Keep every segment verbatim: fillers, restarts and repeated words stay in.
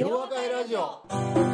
よわかいラジオ。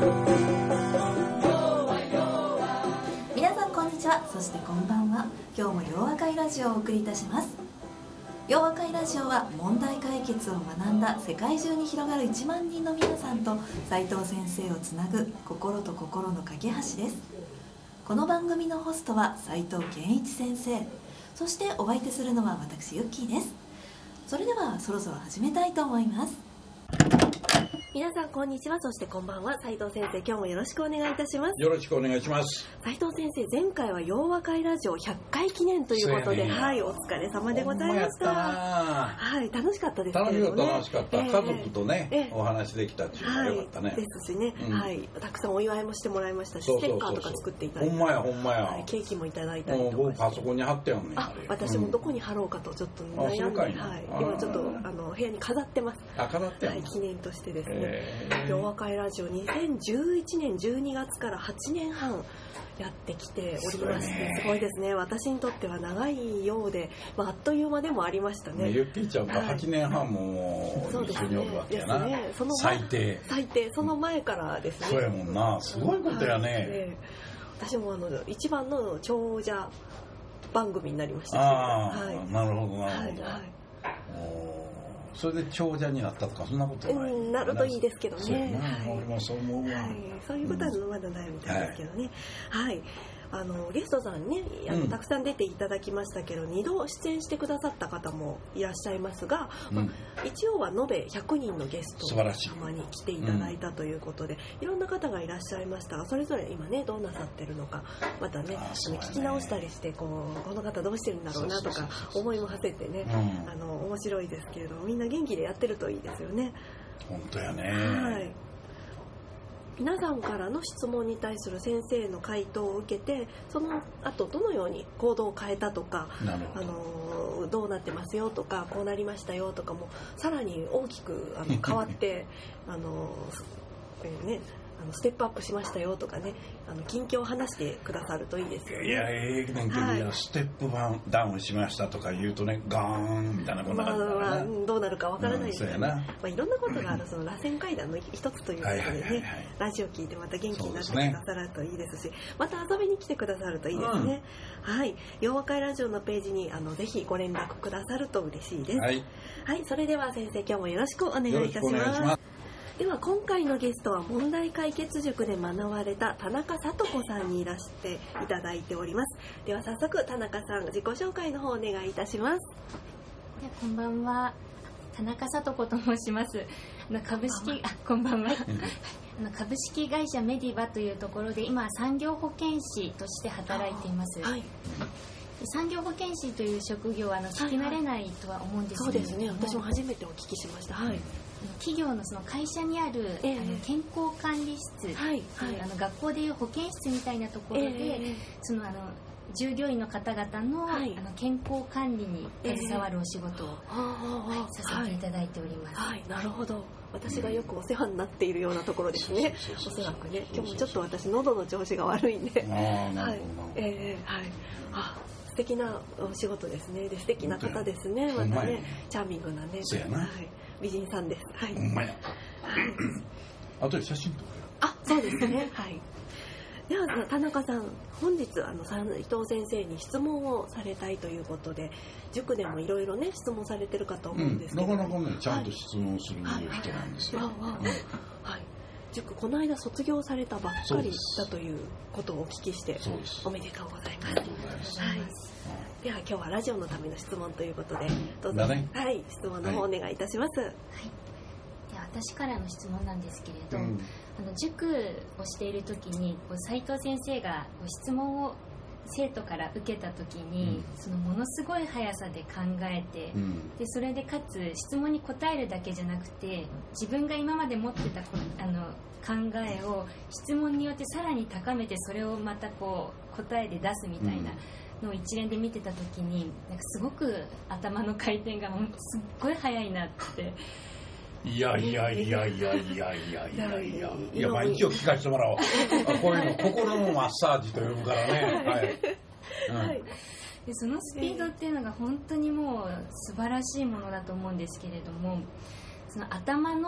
皆さんこんにちは、そしてこんばんは。今日もよわかいラジオをお送りいたします。よわかいラジオは問題解決を学んだ世界中に広がるいちまんにんの皆さんと斉藤先生をつなぐ心と心の架け橋です。この番組のホストは斉藤健一先生、そしてお相手するのは私ユッキーです。それではそろそろ始めたいと思います。皆さんこんにちは、そしてこんばんは。斉藤先生、今日もよろしくお願いいたします。 よろしくお願いします。 斉藤先生、前回はよわかいラジオひゃっかい記念ということで、はい、お疲れ様でございました。はい、楽しかったですけれどもね。 楽しかった、楽しかった。えー、家族とね、えー、お話できたっていうのがよかったね。はい、ですしね、うん、はい、たくさんお祝いもしてもらいましたし、ステッカーとか作っていただいて、 ほんまやほんまや、 はい、ケーキもいただいたりとか。 僕パソコンに貼ってやんねん。 あ、私もどこに貼ろうかとちょっと悩んで、はい、今ちょっとあの部屋に飾ってます。 あ、飾ってんの、 はい、記念としてですね。 えーよわかいラジオにせんじゅういちねんじゅうにがつからはちねんはんやってきておりまして、すごいですね。私にとっては長いようで、まあ、あっという間でもありましたね。 ゆっきーちゃんがはちねんはんも一緒におるわけやな、はい、ね、その最低最低その前からですね。 そうやもんな、すごいことやね。はい、ね、 私もあの一番の長者番組になりました。 あ、はい、なるほどなるほど、はいはい、 おそれで長者になったとかそんなことない、 うん、なるといいですけどね。そうやな、 はい、俺もそう思うわ、 はい、そういうことはまだないみたいですけどね、うん、はい、はい、あのゲストさんね、あの、うん、たくさん出ていただきましたけど、にど出演してくださった方もいらっしゃいますが、うん、まあ、一応は延べひゃくにんのゲスト様に来ていただいたということで、うん、いろんな方がいらっしゃいましたが、それぞれ今ねどうなさってるのか、またね、ああの聞き直したりして、こうこの方どうしてるんだろうなとか思いも馳せてね、うん、あの面白いですけれども、みんな元気でやってるといいですよね。 本当やね。 はい、皆さんからの質問に対する先生の回答を受けて、その後どのように行動を変えたとか、あのどうなってますよとか、こうなりましたよとかもさらに大きくあの変わってあの、ね、あのステップアップしましたよとかね、あの近況を話してくださるといいですよね。 いや、ええなんけど、はい、いやステップダウンしましたとか言うとね、ガーンみたいなことになるからね、まあまあ、どうなるかわからないですけど、うん、まあ、いろんなことがあるその螺旋階段の一つということでね、はいはいはいはい、ラジオ聞いてまた元気になってくださるといいですし、また遊びに来てくださるといいですね、うん、はい、よわかいラジオのページにあのぜひご連絡くださると嬉しいです。はい、はい、それでは先生、今日もよろしくお願いいたします。では今回のゲストは問題解決塾で学ばれた田中聡子さんにいらしていただいております。では早速田中さん、自己紹介の方お願いいたします。 こんばんは、田中聡子と申します。あの株式あこんばんはあの株式会社メディバというところで今産業保健師として働いています。はい、産業保健師という職業はあの聞き慣れないとは思うんですけれども、 そうですね、私も初めてお聞きしました。はい、 企業のその会社にある、えー、あの健康管理室、はいはい、あの学校でいう保健室みたいなところで、えー、そのあの従業員の方々 の,、はい、あの健康管理に携わるお仕事を、えーはい、させていただいております。 はいはい、なるほど。私がよくお世話になっているようなところですね。おそらくね、今日もちょっと私喉の調子が悪いんで、 あ、なるほど、 はい、えー、はい、あ、素敵なお仕事ですね。で素敵な方ですね。またね、チャーミングなね、はい、美人さんです。はい。 ほんまや。はい。あとで写真撮る。 あ、そうですね。はい。では田中さん、本日あの伊藤先生に質問をされたいということで、塾でもいろいろね質問されてるかと思うんですけど、 うん、なかなかねちゃんと質問する人なんですよ。はい。 塾この間卒業されたばっかりだということをお聞きして、おめでとうございます。ありがとうございます。はい。では今日はラジオのための質問ということで、どうぞ、ね、はい、質問の方お願いいたします。はい。 では私からの質問なんですけれど、うん、あの塾をしている時に斉藤先生が質問を生徒から受けた時に、うん、そのものすごい速さで考えて、うん、でそれでかつ質問に答えるだけじゃなくて、自分が今まで持ってたあの考えを質問によってさらに高めて、それをまたこう答えで出すみたいなのを一連で見てた時に、なんかすごく頭の回転がすっごい速いなって。 いやいやいやいやいやいやいやいやいや、まあ一応聞かせてもらおう。こういうの心のマッサージと呼ぶからね。はい。 うん、はい。でそのスピードっていうのが本当にもう素晴らしいものだと思うんですけれども、その頭の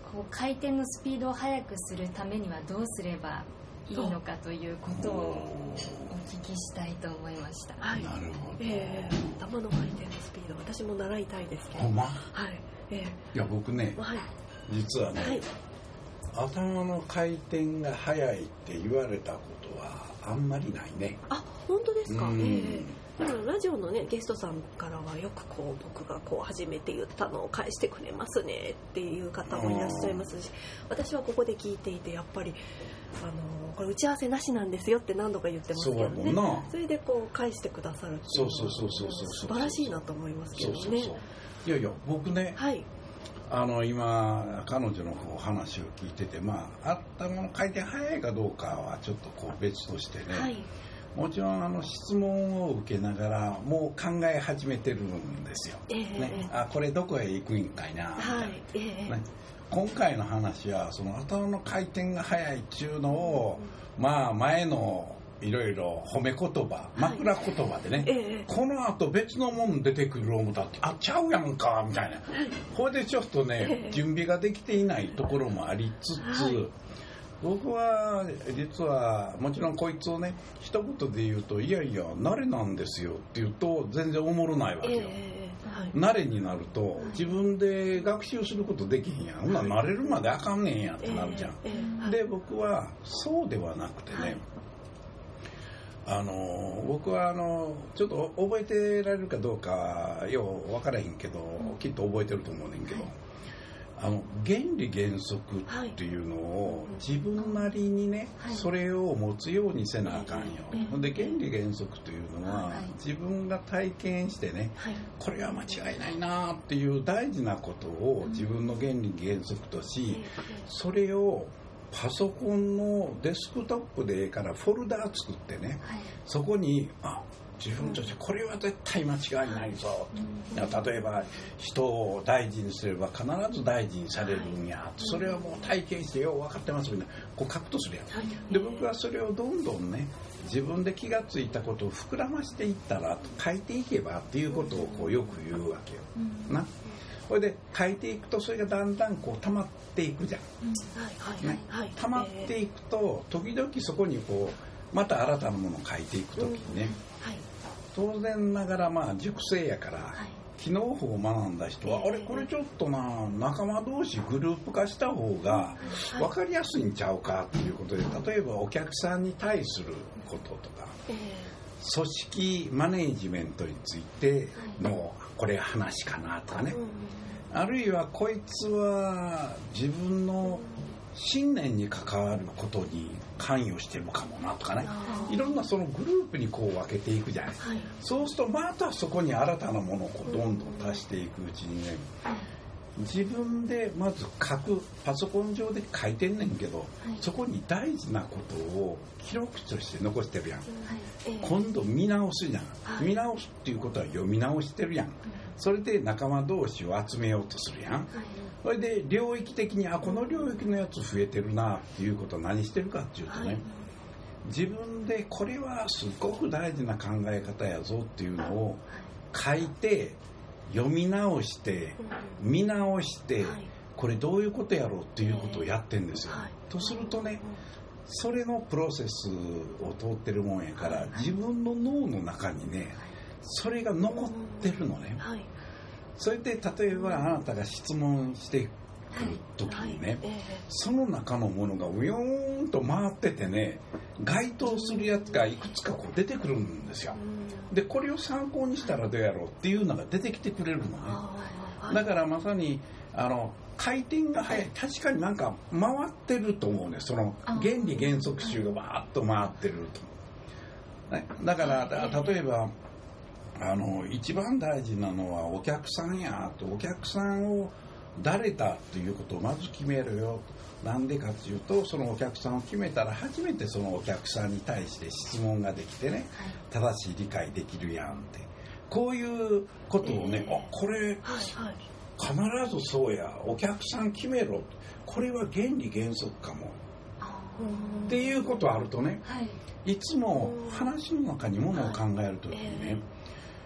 こう回転のスピードを速くするためにはどうすればいいのかということをお聞きしたいと思いました。 はい、なるほど。 えー、頭の回転のスピード、私も習いたいですけど。 ほんま？ はい。えー、いや僕ね、はい、実はね、はい、頭の回転が速いって言われたことはあんまりないね。 あ、本当ですか。えーでもラジオのねゲストさんからはよくこう僕がこう初めて言ったのを返してくれますねっていう方もいらっしゃいますし、私はここで聞いていてやっぱりあのこれ打ち合わせなしなんですよって何度か言ってますけどね。 そ, それでこう返してくださるっていうのは素晴らしいなと思いますけどね。そうそうそういやいや僕ね、 はい、 あの今彼女のこう話を聞いてて、まあ頭の回転早いかどうかはちょっとこう別としてね、はい、もちろんあの質問を受けながらもう考え始めてるんですよ、えーね、あこれどこへ行くんかいな、はいえーね、今回の話はその頭の回転が速いっていうのを、うん、まあ前のいろいろ褒め言葉枕言葉でね、はいえー、この後別のもん出てくる思ったってあちゃうやんかみたいな、はい、これでちょっとね、えー、準備ができていないところもありつつ、はい僕は実はもちろんこいつをね一言で言うといやいや慣れなんですよって言うと全然おもろないわけよ、えーはい、慣れになると自分で学習することできへんやん、はい、慣れるまであかんねんやってなるじゃん、えーえー、で僕はそうではなくてね、はい、あの僕はあのちょっと覚えてられるかどうかよう分からへんけど、うん、きっと覚えてると思うねんけど、はいあの原理原則っていうのを自分なりにね、はい、それを持つようにせなあかんよ、はい、で原理原則というのは、はい、自分が体験してね、はい、これは間違いないなっていう大事なことを自分の原理原則とし、それをパソコンのデスクトップでからフォルダー作ってね、はい、そこにあ自分としてこれは絶対間違いないぞ、うん、例えば人を大事にすれば必ず大事にされるんや、はい、それはもう体験してよう分かってますみたいなこう書くとするやん、はい、で僕はそれをどんどんね自分で気がついたことを膨らましていったら書いていけばっていうことをこうよく言うわけよ、うん、なこれで書いていくとそれがだんだんこう溜まっていくじゃん、うんはいはいはいはい、溜まっていくと時々そこにこうまた新たなものを書いていくときにね、うんはい、当然ながらまあ熟成やから、はい、機能法を学んだ人は、えー、あれこれちょっとな仲間同士グループ化した方が分かりやすいんちゃうかっていうことで、例えばお客さんに対することとか、えー、組織マネージメントについてのこれ話かなとかね、あるいはこいつは自分の信念に関わることに関与してるかもなとかね、いろんなそのグループにこう分けていくじゃない、はい、そうするとまたそこに新たなものをこうどんどん足していくうちにね、自分でまず書くパソコン上で書いてんねんけど、はい、そこに大事なことを記録として残してるやん、はいえー、今度見直すじゃん、はい、見直すっていうことは読み直してるやん、うん、それで仲間同士を集めようとするやん、はい、それで領域的にあこの領域のやつ増えてるなっていうことを何してるかっていうとね、はい、自分でこれはすごく大事な考え方やぞっていうのを書いて読み直して見直してこれどういうことやろうっていうことをやってんですよ、はい、とするとねそれのプロセスを通ってるもんやから自分の脳の中にねそれが残ってるのね、はい、それで例えばあなたが質問してくる時にね、はいはい、その中のものがウヨーンと回っててね該当するやつがいくつかこう出てくるんですよ。でこれを参考にしたらどうやろうっていうのが出てきてくれるのね。だからまさにあの回転が速い、確かになんか回ってると思うね。その原理原則集がバーッと回ってると、ね、だから例えばあの一番大事なのはお客さんやと、お客さんを誰だっていうことをまず決めるよ。なんでかっていうと、そのお客さんを決めたら初めてそのお客さんに対して質問ができてね、はい、正しい理解できるやんって、こういうことをね、えー、あこれ、はいはい、必ずそうや、お客さん決めろ、これは原理原則かもっていうことあるとね、はい、いつも話の中にものを考えるときにね、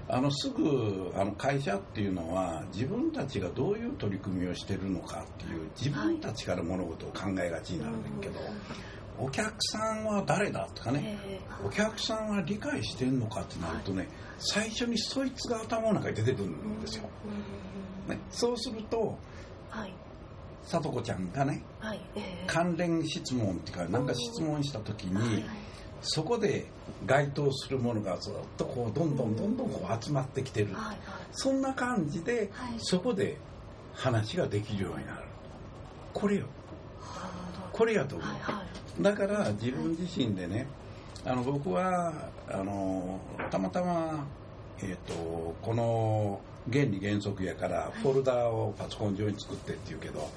あのすぐあの会社っていうのは自分たちがどういう取り組みをしてるのかっていう自分たちから物事を考えがちになるんだけど、お客さんは誰だとかね、お客さんは理解してんのかってなるとね、最初にそいつが頭の中に出てくるんですよ、ね、そうすると、はい、さとこちゃんがね、はいえー、関連質問っていうか何か質問した時に、はいはい、そこで該当するものがずっとこうどんどんどんどんこう集まってきてる、はいはい、そんな感じで、はい、そこで話ができるようになる。これよこれやと思う、はいはい、だから自分自身でね、あの僕はあのたまたま、えーと、この原理原則やからフォルダをパソコン上に作ってっていうけど、はい、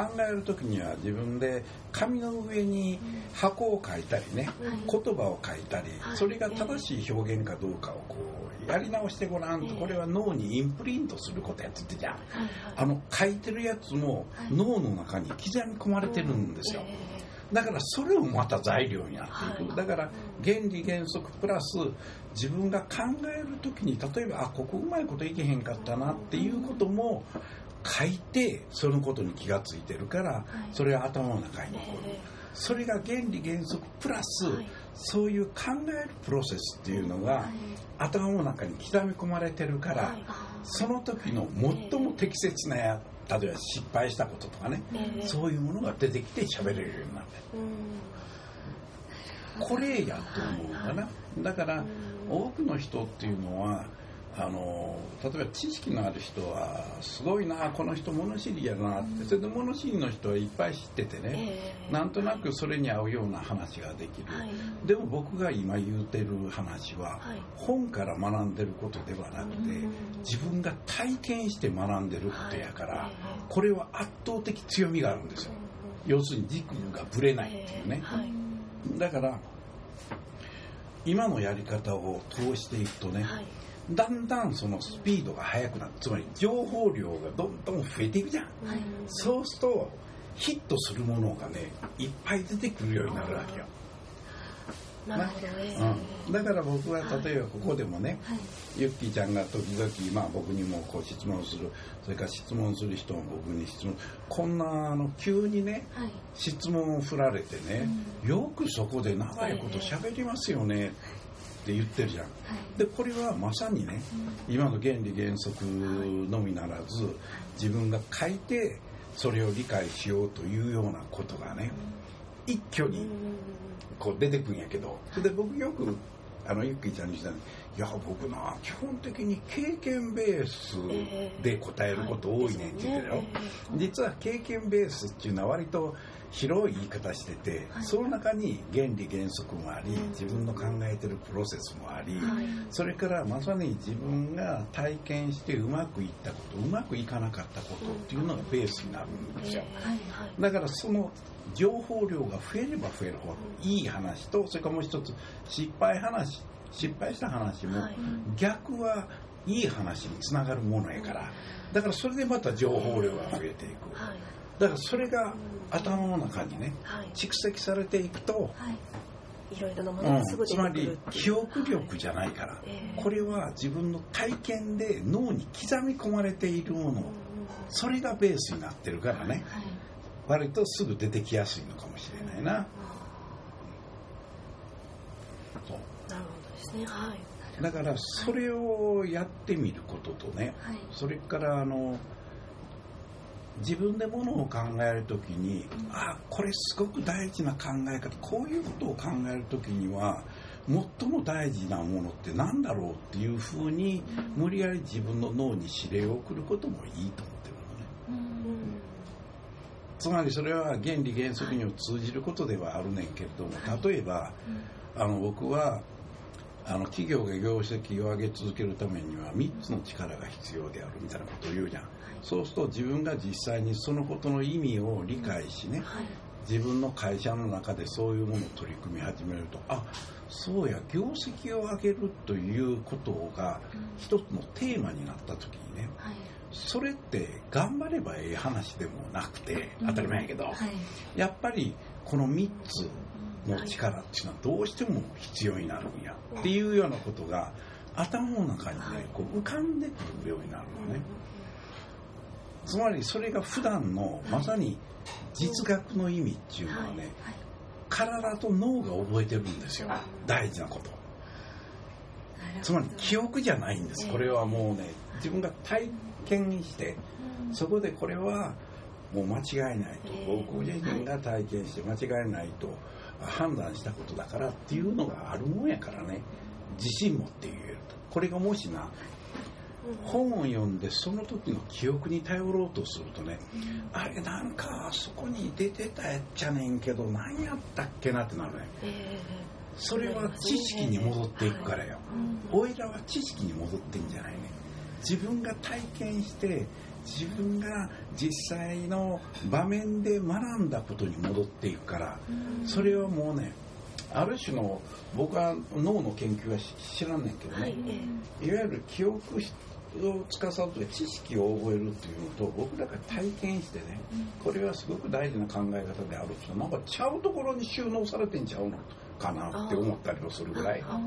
考える時には自分で紙の上に箱を書いたりね、はい、言葉を書いたり、はい、それが正しい表現かどうかをこうやり直してごらんと、これは脳にインプリントすることやって言ってじゃん、はいはい、あの書いてるやつも脳の中に刻み込まれてるんですよ、はい、だからそれをまた材料になっていく、はい、だから原理原則プラス自分が考えるときに例えばあここうまいこといけへんかったなっていうことも書いてそのことに気がついてるから、はい、それは頭の中に残る、それが原理原則プラス、はい、そういう考えるプロセスっていうのが、はい、頭の中に刻み込まれてるから、はい、その時の最も適切なや例えば失敗したこととかね、えー、そういうものが出てきて喋れるようになる、うん、これやと思うかな、はいはい、だから多くの人っていうのはあの例えば知識のある人はすごいなこの人物知りやなって、うん、それで物知りの人はいっぱい知っててね、えー、なんとなくそれに合うような話ができる、はい、でも僕が今言うてる話は、はい、本から学んでることではなくて、うん、自分が体験して学んでることやから、はい、これは圧倒的強みがあるんですよ、うん、要するに軸がぶれないっていうね、えーはい、だから今のやり方を通していくとね、はい、だんだんそのスピードが速くなる、つまり情報量がどんどん増えていくじゃん、はい、そうするとヒットするものがねいっぱい出てくるようになるわけよ。 なるほどね、 うん、だから僕は例えばここでもね、はい、ゆっきーちゃんが時々、まあ、僕にもこう質問する、それから質問する人も僕に質問、こんなあの急にね、はい、質問を振られてね、うん、よくそこで長いこと喋りますよねって言ってるじゃん、はい、でこれはまさにね、うん、今の原理原則のみならず自分が書いてそれを理解しようというようなことがね、うん、一挙にこう出てくるんやけど、それで僕よくあのゆっきーちゃんにしたら、いや僕な基本的に経験ベースで答えること多いねんって言ってたよ、実は経験ベースっていうのは割と広い言い方してて、その中に原理原則もあり、自分の考えてるプロセスもあり、それからまさに自分が体験してうまくいったこと、うまくいかなかったことっていうのがベースになるんですよ。だからその情報量が増えれば増えるほどいい話と、それからもう一つ失敗話、失敗した話も逆はいい話につながるものやから、だからそれでまた情報量が増えていく。だからそれが頭の中にね、蓄積されていくと、 いろいろなものがすぐ出てくるっていう、 うん、つまり記憶力じゃないから、これは自分の体験で脳に刻み込まれているもの、それがベースになってるからね、割とすぐ出てきやすいのかもしれないな、うん、そうなるほどですね、はい、 だからそれをやってみることとね、はい、それからあの自分でものを考えるときに、うん、あこれすごく大事な考え方、こういうことを考えるときには最も大事なものって何だろうっていうふうに、うん、無理やり自分の脳に指令を送ることもいいと思ってるのね、うん、つまりそれは原理原則にも通じることではあるねんけれども、例えば、うん、あの僕はあの企業が業績を上げ続けるためにはみっつの力が必要であるみたいなことを言うじゃん、はい、そうすると自分が実際にそのことの意味を理解しね、はい、自分の会社の中でそういうものを取り組み始めると、あそうや業績を上げるということが一つのテーマになった時にね、はい、それって頑張ればええ話でもなくて当たり前やけど、うんはい、やっぱりこのみっつの力っていうのはどうしても必要になるんやっていうようなことが頭の中にね、はい、こう浮かんでくるようになるのね、うん、つまりそれが普段のまさに実学の意味っていうのはね、はいはい、体と脳が覚えてるんですよ、大事なこと。つまり記憶じゃないんです。これはもうね、自分が体験して、うん、そこでこれはもう間違いないと、僕自身が体験して間違いないと判断したことだからっていうのがあるもんやからね、自信持って言えると。これがもしな、本を読んでその時の記憶に頼ろうとするとね、あれなんかそこに出てたやっちゃねんけど何やったっけなってなるね。それは知識に戻っていくからよ。おいらは知識に戻ってんじゃないね。自分が体験して自分が実際の場面で学んだことに戻っていくから、それはもうね、ある種の、僕は脳の研究は知らんねんけどね、はい、いわゆる記憶を司って知識を覚えるっていうのと、僕らが体験してね、これはすごく大事な考え方であると、なんかちゃうところに収納されてんちゃうのかなって思ったりもするぐらい、うん、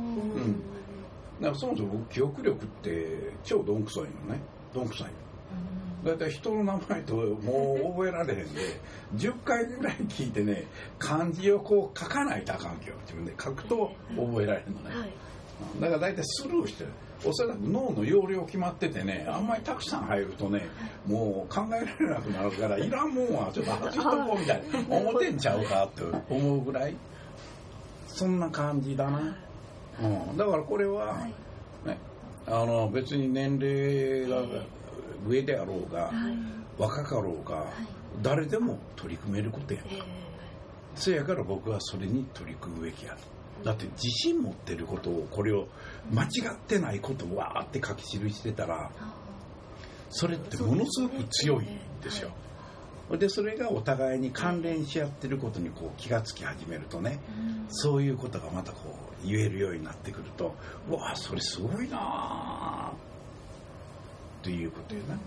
だからそもそも僕記憶力って超どんくさいのね、どんくさい。だいたい人の名前ともう覚えられへんでじゅっかいぐらい聞いてね、漢字をこう書かないとあかんけよ。自分で書くと覚えられるのね、はい、だからだいたいスルーしてる。おそらく脳の容量決まっててね、あんまりたくさん入るとね、もう考えられなくなるから、いらんもんはちょっと外しとこうみたいな思ってんちゃうかって思うぐらい、そんな感じだな、うん、だからこれは、ね、あの別に年齢が上であろうが、はい、若かろうが、はい、誰でも取り組めることやんか、えー、そやから僕はそれに取り組むべきやと。だって自信持ってることを、これを間違ってないことをわーって書き記してたら、それってものすごく強いんですよ。でそれがお互いに関連し合ってることにこう気がつき始めるとね、そういうことがまたこう言えるようになってくると、うわーそれすごいなーということやな、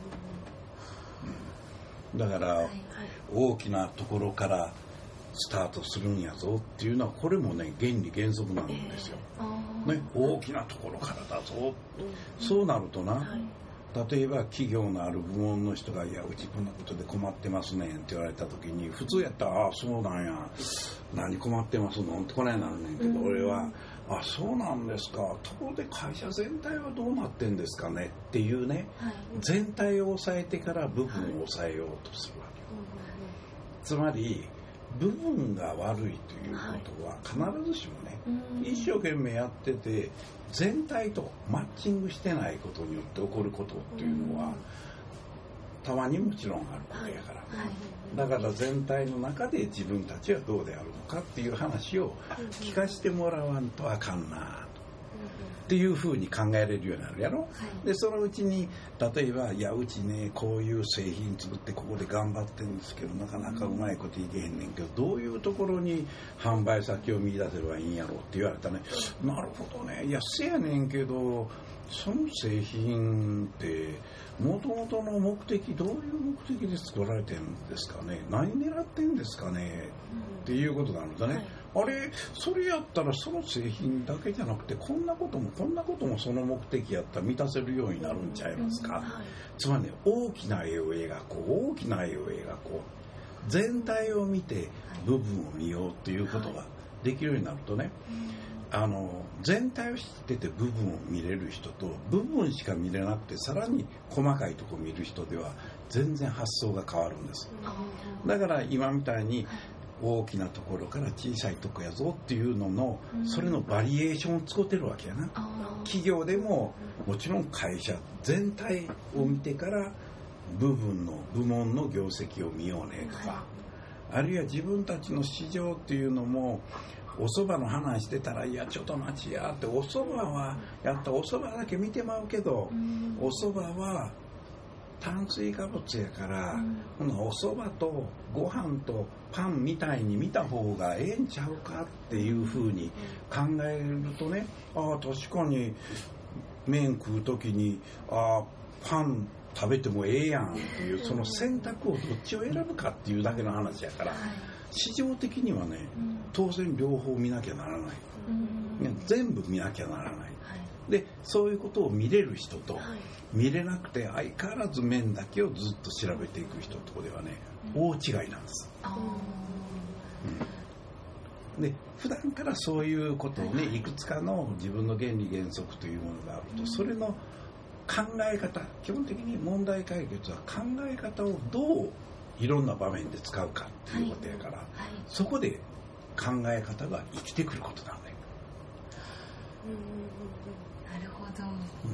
うん、だから大きなところからスタートするんやぞっていうのは、これもね原理原則なんですよ、えーね、大きなところからだぞ、うん、そうなるとな、はい、例えば企業のある部門の人が、いやうちこんなことで困ってますねんって言われた時に、普通やったら、ああそうなんや、何困ってますのってこないなるねんけど、うん、俺はあそうなんですか、ところで会社全体はどうなってんですかねっていうね、はい、全体を抑えてから部分を抑えようとするわけよ、はい、つまり部分が悪いということは必ずしもね、はい、一生懸命やってて全体とマッチングしてないことによって起こることっていうのはたまにもちろんあることやから、はいはい、だから全体の中で自分たちはどうであるのかっていう話を聞かせてもらわんとあかんなっていうふうに考えられるようになるやろ、はい、でそのうちに例えば、いやうちねこういう製品作ってここで頑張ってるんですけど、なかなかうまいこといけへんねんけど、どういうところに販売先を見出せばいいんやろって言われたね、なるほどね、いやせやねんけどその製品ってもともとの目的どういう目的で作られてるんですかね、何狙ってんですかね、うん、っていうことなのだね、はい、あれそれやったらその製品だけじゃなくてこんなこともこんなこともその目的やったら満たせるようになるんちゃいますか、うんはい、つまり、ね、大きな絵を描こう大きな絵を描こう、全体を見て部分を見ようっていうことができるようになるとね、はい、あの全体を知ってて部分を見れる人と、部分しか見れなくてさらに細かいところを見る人では全然発想が変わるんです。だから今みたいに大きなところから小さいとこやぞっていうのの、それのバリエーションを使ってるわけやな。企業でももちろん会社全体を見てから部分の部門の業績を見ようねとか、あるいは自分たちの市場っていうのも、お蕎麦の話してたら、いやちょっと待ちやって、お蕎麦はやったお蕎麦だけ見てまうけど、お蕎麦は炭水化物やから、うん、お蕎麦とご飯とパンみたいに見た方がええんちゃうかっていうふうに考えるとね、ああ確かに麺食う時にあパン食べてもええやんっていう、その選択をどっちを選ぶかっていうだけの話やから、市場的にはね当然両方見なきゃならない、全部見なきゃならない。 でそういうことを見れる人と、はい、見れなくて相変わらず面だけをずっと調べていく人とではね、うん、大違いなんです。あ、うん、で普段からそういうことをね、いくつかの自分の原理原則というものがあると、それの考え方、基本的に問題解決は考え方をどういろんな場面で使うかっていうことやから、はいはい、そこで考え方が生きてくることなんだよ。 うん、なるほど、うん、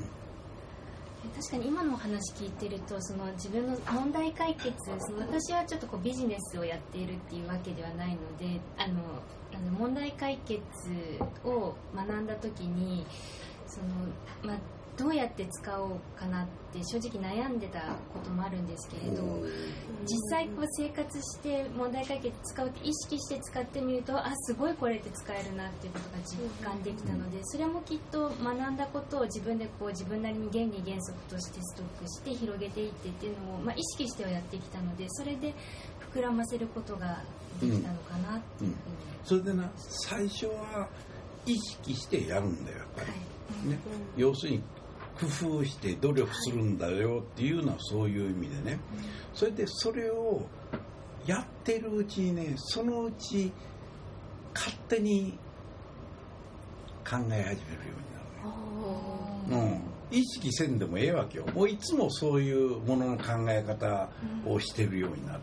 確かに今のお話聞いてると、その自分の問題解決、その私はちょっとこうビジネスをやっているっていうわけではないので、あのあの問題解決を学んだ時にその、まあ、どうやって使おうかなって正直悩んでたこともあるんですけれど、実際こう生活して問題解決使うって意識して使ってみると、あ、すごいこれって使えるなっていうことが実感できたので、それもきっと学んだことを自分でこう自分なりに原理原則としてストックして広げていってっていうのを、まあ、意識してはやってきたので、それで膨らませることができたのかなっていうふうに、うんうん、 それでな、最初は意識してやるんだよやっぱり、はいね、うん、要するに工夫して努力するんだよっていうのはそういう意味でね、それでそれをやってるうちにね、そのうち勝手に考え始めるようになるね、うん、意識せんでもええわけよ。もういつもそういうものの考え方をしてるようになる、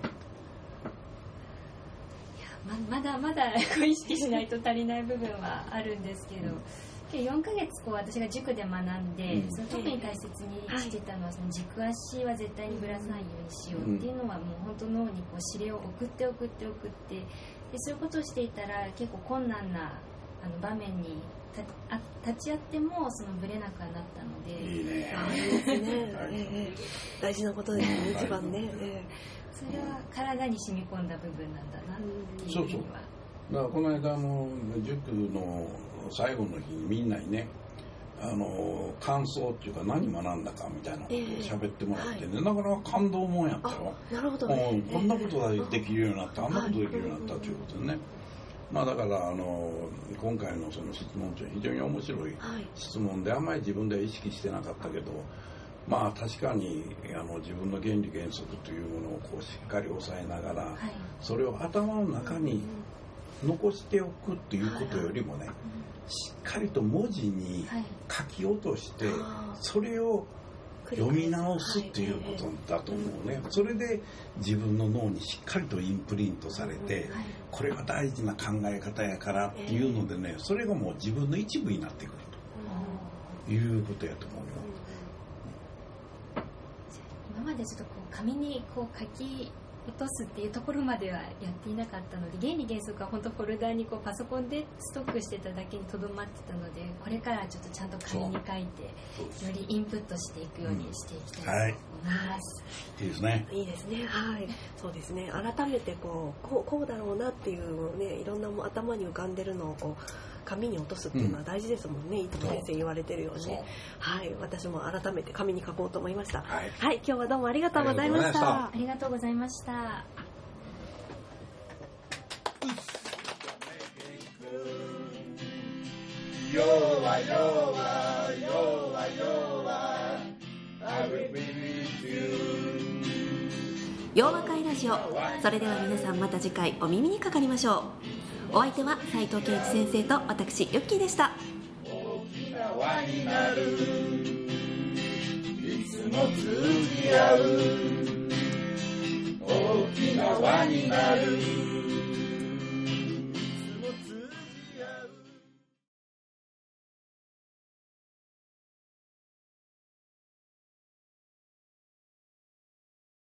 うん、いや ま, まだまだ意識しないと足りない部分はあるんですけど、うんよんかげつこう私が塾で学んで、うん、その特に大切にしてたのは、その軸足は絶対にぶらさないようにしようっていうのは、もう本当脳にこう指令を送って送って送ってで、そういうことをしていたら結構困難なあの場面にたあ立ち会ってもそのぶれなくはなったので、 いいね、 あいいですね、えー、大事なことですね、一番ね、えー、それは体に染み込んだ部分なんだなっていうふうには。 そうそう、だからこの間の塾の最後の日にみんなにね、あの感想っていうか何学んだかみたいなことを喋ってもらってね、えーはい、なかなか感動もんやったよ。 なるほど、ね、 うん、こんなことができるようになった、えー、あんなことできるようになったということでね、まあ、だからあの今回のその質問というのは非常に面白い質問で、あんまり自分では意識してなかったけど、まあ確かにあの自分の原理原則というものをこうしっかり抑えながら、はい、それを頭の中に残しておくっていうことよりもね、しっかりと文字に書き落として、それを読み直すっていうことだと思うね。それで自分の脳にしっかりとインプリントされて、これが大事な考え方やからっていうのでね、それがもう自分の一部になってくるということやと思うよ。 今までちょっとこう紙にこう書き落とすっていうところまではやっていなかったので、原理原則は本当フォルダーにこうパソコンでストックしてただけにとどまってたので、これからはちょっとちゃんと紙に書いてよりインプットしていくようにしていきたいと思います、 うん、はい、いいですね。 いいですね、はい、そうですね。改めてこう、こう、こうだろうなっていうのをね、いろんなも頭に浮かんでるのをこう紙に落とすっていうのは大事ですもんね、うん、伊藤先生言われてるようにね。はい、私も改めて紙に書こうと思いました。はい、はい、今日はどうもありがとうございました。 ありがとうございました。 弱弱弱弱 I will be with you。 洋和会ラジオ、それでは皆さんまた次回お耳にかかりましょう。お相手は斉藤圭一先生と私ユッキーでした。大きな輪になる、いつも通じ合う、大きな輪になる。